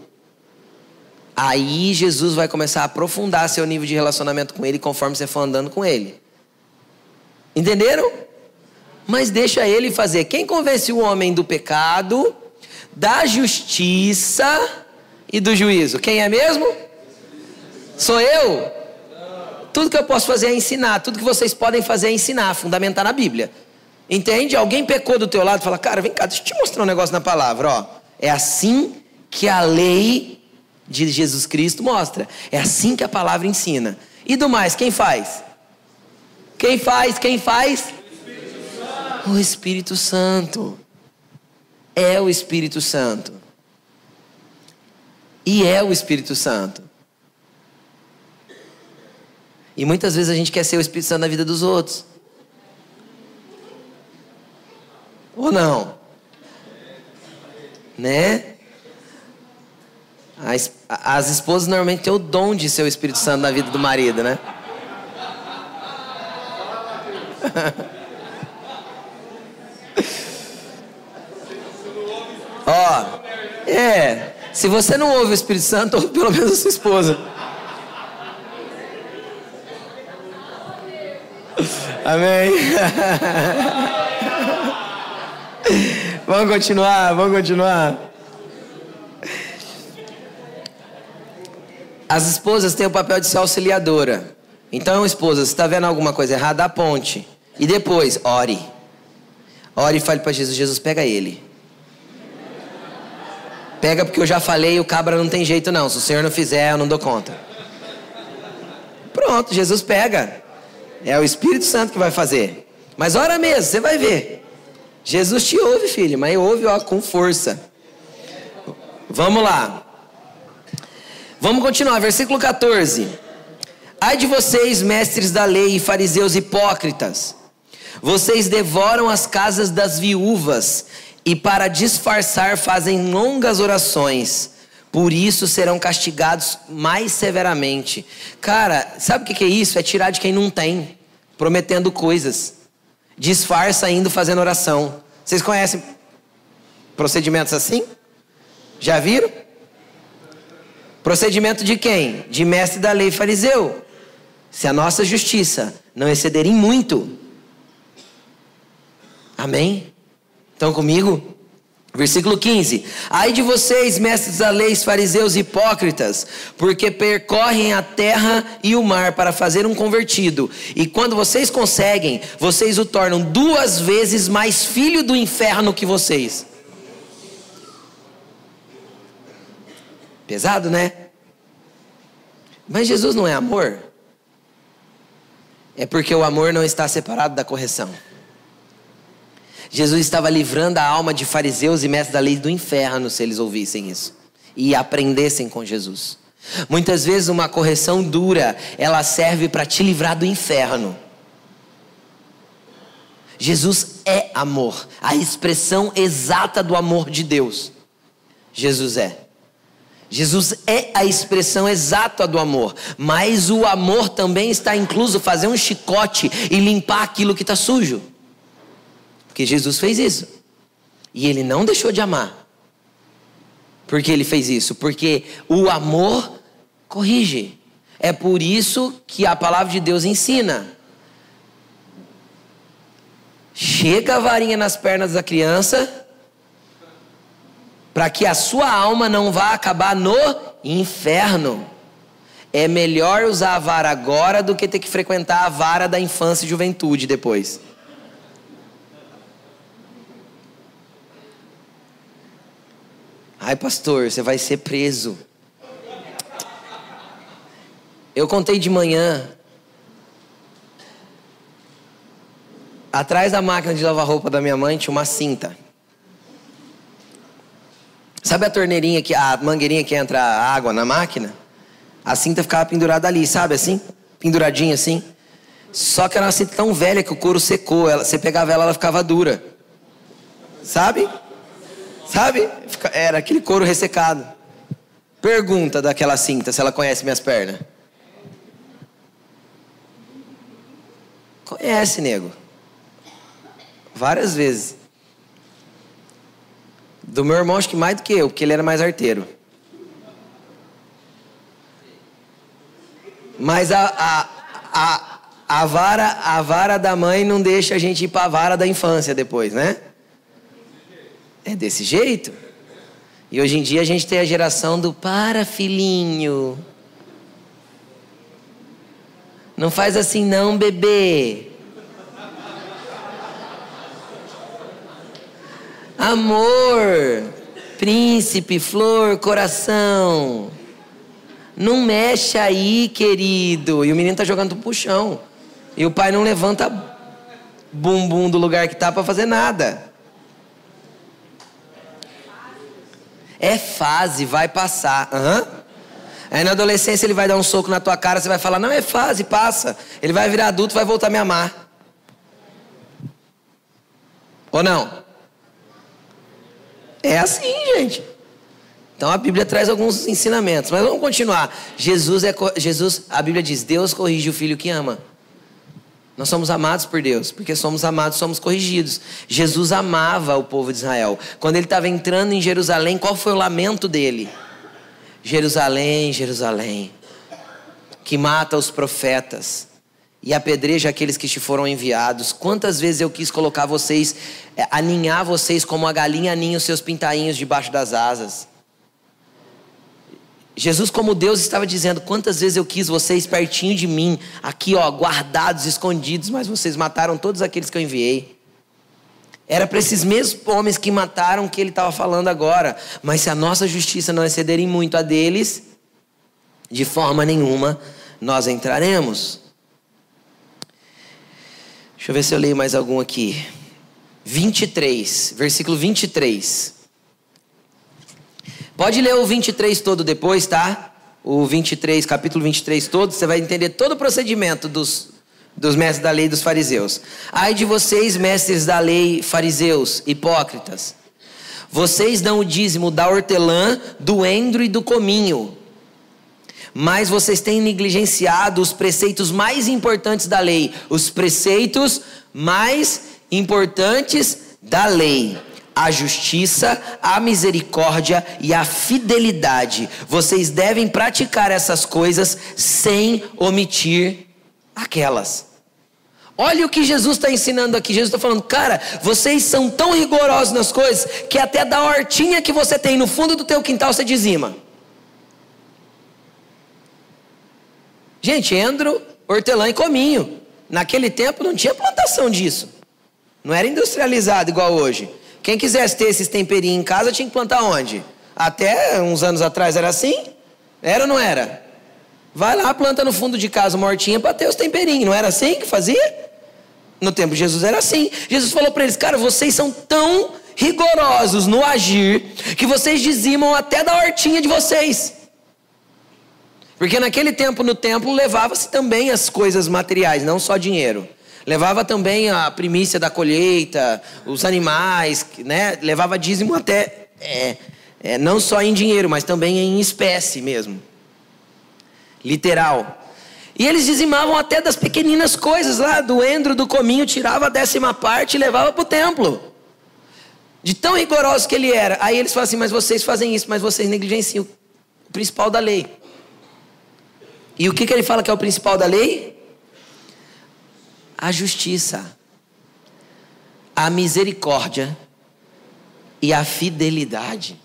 Aí Jesus vai começar a aprofundar seu nível de relacionamento com ele conforme você for andando com ele. Entenderam? Mas deixa ele fazer. Quem convence o homem do pecado, da justiça e do juízo? Quem é mesmo? Sou eu? Tudo que eu posso fazer é ensinar. Tudo que vocês podem fazer é ensinar, fundamentar na Bíblia. Entende? Alguém pecou do teu lado e fala, cara, vem cá, deixa eu te mostrar um negócio na palavra. Ó, é assim que a lei de Jesus Cristo mostra. É assim que a palavra ensina. E do mais, quem faz? Quem faz? Quem faz? O Espírito Santo. É o Espírito Santo. E é o Espírito Santo. E muitas vezes a gente quer ser o Espírito Santo na vida dos outros. Ou não? Né? As esposas normalmente têm o dom de ser o Espírito Santo na vida do marido, né? Ó, se você não ouve o Espírito Santo, ouve pelo menos a sua esposa. Amém. Vamos continuar. As esposas têm o papel de ser auxiliadora. Então, esposa, se está vendo alguma coisa errada, aponte. E depois, ore. Ore e fale para Jesus, Jesus, pega ele. Pega porque eu já falei, o cabra não tem jeito não. Se o Senhor não fizer, eu não dou conta. Pronto, Jesus pega. É o Espírito Santo que vai fazer. Mas ora mesmo, você vai ver. Jesus te ouve, filho, mas ouve com força. Vamos lá. Vamos continuar, versículo 14. Ai de vocês, mestres da lei e fariseus hipócritas. Vocês devoram as casas das viúvas e para disfarçar fazem longas orações. Por isso serão castigados mais severamente. Cara, sabe o que é isso? É tirar de quem não tem, prometendo coisas. Disfarça indo fazendo oração. Vocês conhecem procedimentos assim? Já viram? Procedimento de quem? De mestre da lei e fariseu. Se a nossa justiça não exceder em muito. Amém? Estão comigo? Versículo 15: ai de vocês, mestres da lei, fariseus hipócritas, porque percorrem a terra e o mar para fazer um convertido, e quando vocês conseguem, vocês o tornam 2 vezes mais filho do inferno que vocês. Pesado, né? Mas Jesus não é amor? É porque o amor não está separado da correção. Jesus estava livrando a alma de fariseus e mestres da lei do inferno se eles ouvissem isso e aprendessem com Jesus. Muitas vezes uma correção dura, ela serve para te livrar do inferno. Jesus é amor, a expressão exata do amor de Deus. Jesus é a expressão exata do amor, mas o amor também está incluso fazer um chicote e limpar aquilo que está sujo. Porque Jesus fez isso. E ele não deixou de amar. Por que ele fez isso? Porque o amor corrige. É por isso que a palavra de Deus ensina: chega a varinha nas pernas da criança, para que a sua alma não vá acabar no inferno. É melhor usar a vara agora do que ter que frequentar a vara da infância e juventude depois. Ai, pastor, você vai ser preso. Eu contei de manhã. Atrás da máquina de lavar roupa da minha mãe tinha uma cinta. Sabe a torneirinha, a mangueirinha que entra água na máquina? A cinta ficava pendurada ali, sabe assim? Penduradinha assim. Só que era uma cinta tão velha que o couro secou. Você pegava ela ficava dura. Sabe? Era aquele couro ressecado. Pergunta daquela cinta se ela conhece minhas pernas. Conhece, nego. Várias vezes. Do meu irmão acho que mais do que eu, porque ele era mais arteiro. Mas a vara da mãe não deixa a gente ir para a vara da infância depois, né? É desse jeito. E hoje em dia a gente tem a geração do para, filhinho. Não faz assim não, bebê. Amor, príncipe, flor, coração. Não mexe aí, querido. E o menino tá jogando pro chão. E o pai não levanta bumbum do lugar que tá para fazer nada. É fase, vai passar. Aí na adolescência ele vai dar um soco na tua cara, você vai falar, não, é fase, passa. Ele vai virar adulto, vai voltar a me amar. Ou não? É assim, gente. Então a Bíblia traz alguns ensinamentos, mas vamos continuar. Jesus, a Bíblia diz, Deus corrige o filho que ama. Nós somos amados por Deus, porque somos amados, somos corrigidos. Jesus amava o povo de Israel. Quando ele estava entrando em Jerusalém, qual foi o lamento dele? Jerusalém, Jerusalém, que mata os profetas e apedreja aqueles que te foram enviados. Quantas vezes eu quis colocar vocês, aninhar vocês como a galinha aninha os seus pintainhos debaixo das asas. Jesus, como Deus, estava dizendo, quantas vezes eu quis vocês pertinho de mim, aqui ó, guardados, escondidos, mas vocês mataram todos aqueles que eu enviei. Era para esses mesmos homens que mataram que ele estava falando agora. Mas se a nossa justiça não exceder em muito a deles, de forma nenhuma nós entraremos. Deixa eu ver se eu leio mais algum aqui. 23, versículo 23. Pode ler o 23 todo depois, tá? O 23, capítulo 23 todo, você vai entender todo o procedimento dos mestres da lei e dos fariseus. Ai de vocês, mestres da lei, fariseus, hipócritas. Vocês dão o dízimo da hortelã, do endro e do cominho. Mas vocês têm negligenciado os preceitos mais importantes da lei. Os preceitos mais importantes da lei. A justiça, a misericórdia e a fidelidade. Vocês devem praticar essas coisas sem omitir aquelas. Olha o que Jesus está ensinando aqui. Jesus está falando, cara, vocês são tão rigorosos nas coisas que até da hortinha que você tem no fundo do teu quintal você dizima. Gente, endro, hortelã e cominho. Naquele tempo não tinha plantação disso. Não era industrializado igual hoje. Quem quisesse ter esses temperinhos em casa tinha que plantar onde? Até uns anos atrás era assim? Era ou não era? Vai lá, planta no fundo de casa uma hortinha para ter os temperinhos. Não era assim que fazia? No tempo de Jesus era assim. Jesus falou para eles, cara, vocês são tão rigorosos no agir que vocês dizimam até da hortinha de vocês. Porque naquele tempo no templo levava-se também as coisas materiais, não só dinheiro. Levava também a primícia da colheita, os animais, né? Levava dízimo até, não só em dinheiro, mas também em espécie mesmo. Literal. E eles dizimavam até das pequeninas coisas lá, do endro, do cominho, tirava a 10ª parte e levava para o templo. De tão rigoroso que ele era. Aí eles falam assim, mas vocês fazem isso, mas vocês negligenciam o principal da lei. E o que ele fala que é o principal da lei? A justiça, a misericórdia e a fidelidade.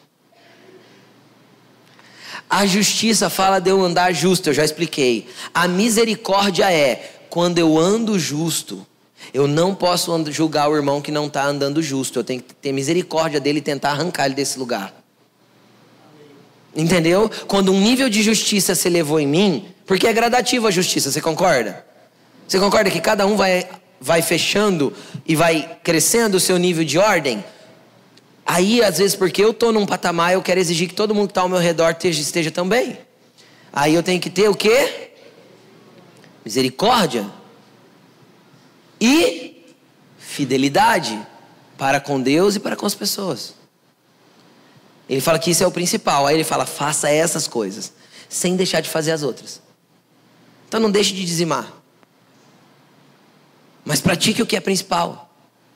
A justiça fala de eu andar justo, eu já expliquei. A misericórdia é quando eu ando justo. Eu não posso julgar o irmão que não está andando justo. Eu tenho que ter misericórdia dele e tentar arrancar ele desse lugar. Entendeu? Quando um nível de justiça se elevou em mim, porque é gradativo a justiça, você concorda? Você concorda que cada um vai fechando e vai crescendo o seu nível de ordem? Aí, às vezes, porque eu estou num patamar, eu quero exigir que todo mundo que está ao meu redor esteja também. Aí eu tenho que ter o quê? Misericórdia e fidelidade para com Deus e para com as pessoas. Ele fala que isso é o principal. Aí ele fala, faça essas coisas, sem deixar de fazer as outras. Então não deixe de dizimar, mas pratique o que é principal.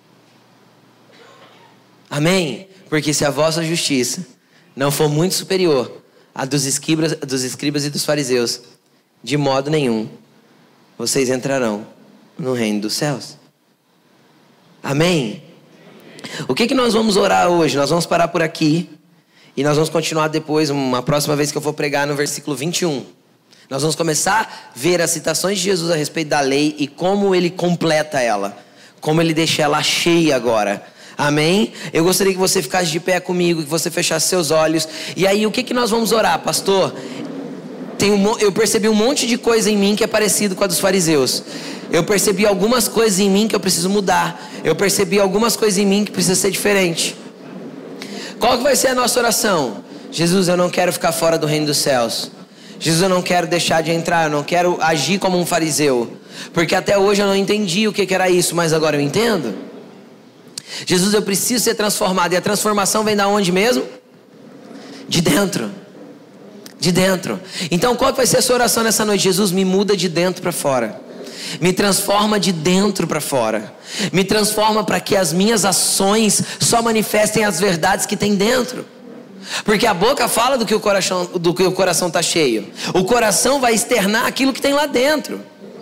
Amém? Porque se a vossa justiça não for muito superior à dos escribas e dos fariseus, de modo nenhum vocês entrarão no reino dos céus. Amém? O que nós vamos orar hoje? Nós vamos parar por aqui e nós vamos continuar depois, uma próxima vez que eu for pregar no versículo 21. Nós vamos começar a ver as citações de Jesus a respeito da lei e como ele completa ela, como ele deixa ela cheia agora. Amém? Eu gostaria que você ficasse de pé comigo, que você fechasse seus olhos. E aí, o que nós vamos orar, pastor? Eu percebi um monte de coisa em mim que é parecido com a dos fariseus. Eu percebi algumas coisas em mim que eu preciso mudar. Eu percebi algumas coisas em mim que precisa ser diferente. Qual que vai ser a nossa oração? Jesus, eu não quero ficar fora do reino dos céus. Jesus, eu não quero deixar de entrar. Eu não quero agir como um fariseu. Porque até hoje eu não entendi o que era isso, mas agora eu entendo. Jesus, eu preciso ser transformado. E a transformação vem da onde mesmo? De dentro. De dentro. Então qual vai ser a sua oração nessa noite? Jesus, me muda de dentro para fora. Me transforma de dentro para fora. Me transforma para que as minhas ações só manifestem as verdades que tem dentro. Porque a boca fala do que o coração está cheio. O coração vai externar aquilo que tem lá dentro.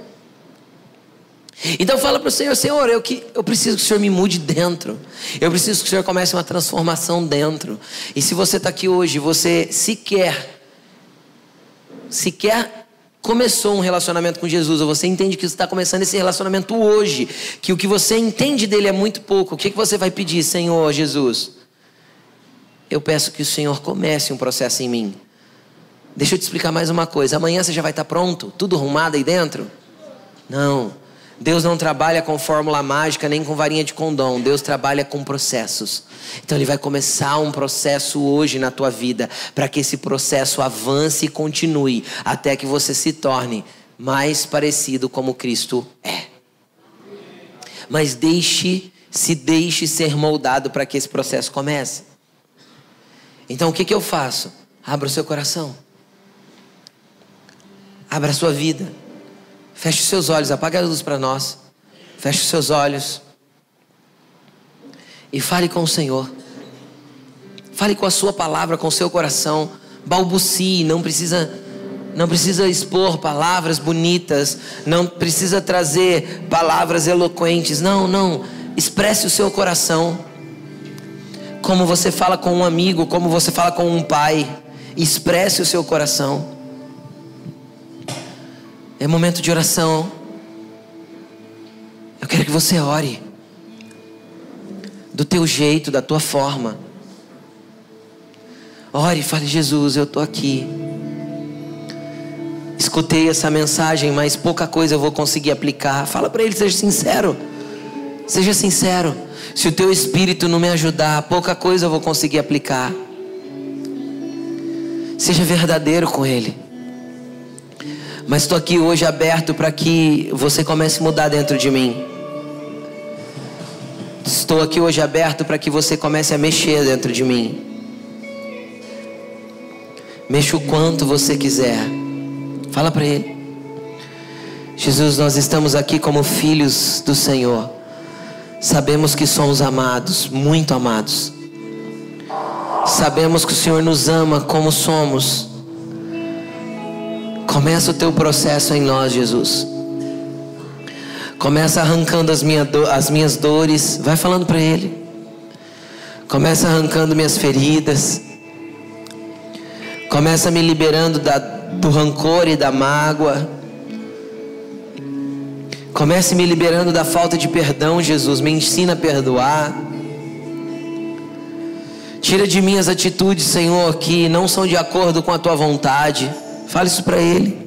Então fala para o Senhor, Senhor, eu preciso que o Senhor me mude dentro. Eu preciso que o Senhor comece uma transformação dentro. E se você está aqui hoje, você sequer começou um relacionamento com Jesus, ou você entende que você está começando esse relacionamento hoje, que o que você entende dele é muito pouco, o que você vai pedir? Senhor Jesus, eu peço que o Senhor comece um processo em mim. Deixa eu te explicar mais uma coisa. Amanhã você já vai estar pronto? Tudo arrumado aí dentro? Não. Deus não trabalha com fórmula mágica, nem com varinha de condom. Deus trabalha com processos. Então Ele vai começar um processo hoje na tua vida, para que esse processo avance e continue, até que você se torne mais parecido como Cristo é. Mas se deixe ser moldado para que esse processo comece. Então o que eu faço? Abra o seu coração. Abra a sua vida. Feche os seus olhos, apague a luz para nós. Feche os seus olhos. E fale com o Senhor. Fale com a sua palavra, com o seu coração. Balbucie, não precisa Não precisa expor palavras bonitas, não precisa trazer palavras eloquentes. Não. Expresse o seu coração. Como você fala com um amigo, como você fala com um pai. Expresse o seu coração. É momento de oração. Eu quero que você ore. Do teu jeito, da tua forma. Ore e fale: Jesus, eu estou aqui. Escutei essa mensagem, mas pouca coisa eu vou conseguir aplicar. Fala para Ele, seja sincero. Seja sincero. Se o teu espírito não me ajudar, pouca coisa eu vou conseguir aplicar. Seja verdadeiro com Ele. Mas estou aqui hoje aberto para que você comece a mudar dentro de mim. Estou aqui hoje aberto para que você comece a mexer dentro de mim. Mexa o quanto você quiser. Fala para Ele: Jesus, nós estamos aqui como filhos do Senhor. Sabemos que somos amados, muito amados. Sabemos que o Senhor nos ama como somos. Começa o teu processo em nós, Jesus. Começa arrancando as minhas dores. Vai falando para Ele. Começa arrancando minhas feridas. Começa me liberando do rancor e da mágoa. Comece me liberando da falta de perdão, Jesus. Me ensina a perdoar. Tira de mim as atitudes, Senhor, que não são de acordo com a Tua vontade. Fale isso para Ele.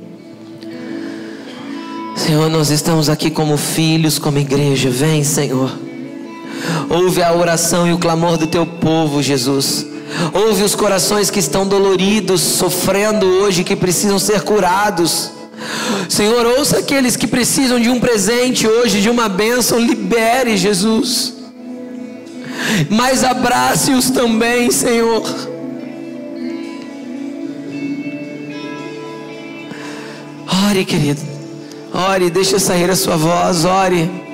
Senhor, nós estamos aqui como filhos, como igreja. Vem, Senhor. Ouve a oração e o clamor do Teu povo, Jesus. Ouve os corações que estão doloridos, sofrendo hoje, que precisam ser curados. Senhor, ouça aqueles que precisam de um presente hoje, de uma bênção. Libere, Jesus. Mas abrace-os também, Senhor. Ore, querido. Ore, deixa sair a sua voz. Ore.